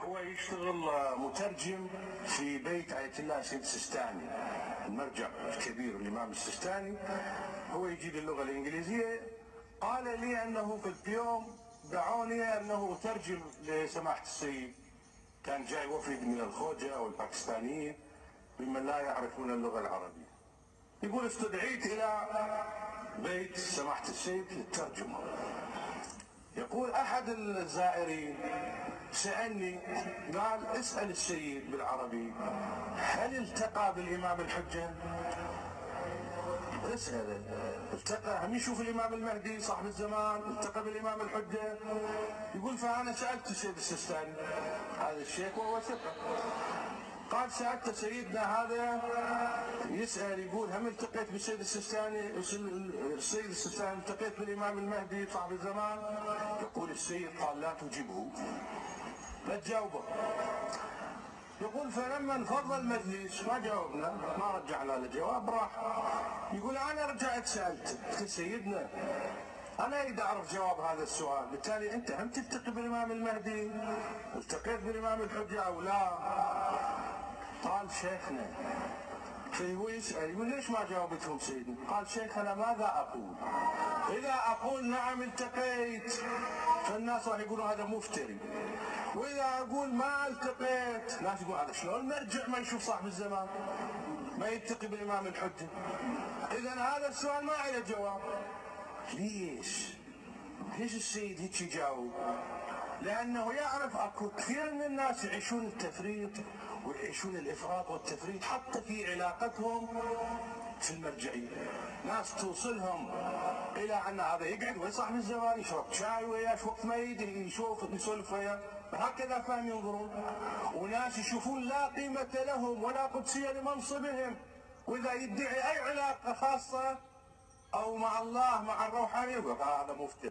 هو يشتغل مترجم في بيت آية الله سيد السيستاني، المرجع الكبير الإمام السيستاني. هو يجيد اللغة الإنجليزية. قال لي أنه في اليوم دعوني أنه أترجم لسماحة السيد. كان جاي وفد من الخوجة والباكستانيين ممن لا يعرفون اللغة العربية. يقول استدعيت إلى بيت سماحة السيد للترجمة. يقول أحد الزائرين سألني قال اسأل السيد بالعربي هل التقى بالإمام الحجة؟ اسأله التقى، هم يشوف الإمام المهدي صاحب الزمان التقى بالإمام الحجة؟ يقول فأنا سألت السيد السيستاني هذا الشيخ وهو ثقة. قال سألت سيدنا هذا يسأل يقول هم التقيت بالسيد السيستاني؟ السيد السيستاني التقيت بالإمام المهدي صاحب الزمان؟ يقول السيد قال لا تجيبه، لا تجاوبه. يقول فلما انفض المجلس ما جاوبنا، ما رجعنا له جواب، راح. يقول انا رجعت سالته قلت سيدنا انا اريد اعرف جواب هذا السؤال، بالتالي انت هم تلتقي بالامام المهدي؟ التقيت بالامام الحجه او لا؟ قال شيخنا. فهو يسال يقول ليش ما جاوبتهم سيدنا؟ قال شيخنا ماذا اقول؟ اذا اقول نعم التقيت فالناس راح يقولون هذا مفتري، واذا اقول ما التقيت ناس يقول هذا شلون مرجع ما يشوف صاحب الزمان ما يلتقي بالامام الحجه؟ اذا هذا السؤال ما له جواب. ليش السيد هيك يجاوب؟ لانه يعرف اكو كثير من الناس يعيشون التفريط ويعيشون الافراط والتفريط حتى في علاقتهم في المرجعيه. ناس توصلهم الى ان هذا يقعد ويا صاحب الزمان يشرب شاي وياه وقت ما يشوف يسولف وياه، هكذا فهم ينظرون. وناس يشوفون لا قيمه لهم ولا قدسيه لمنصبهم، واذا يدعي اي علاقه خاصه او مع الله مع الروحانيه يقول هذا مفتي.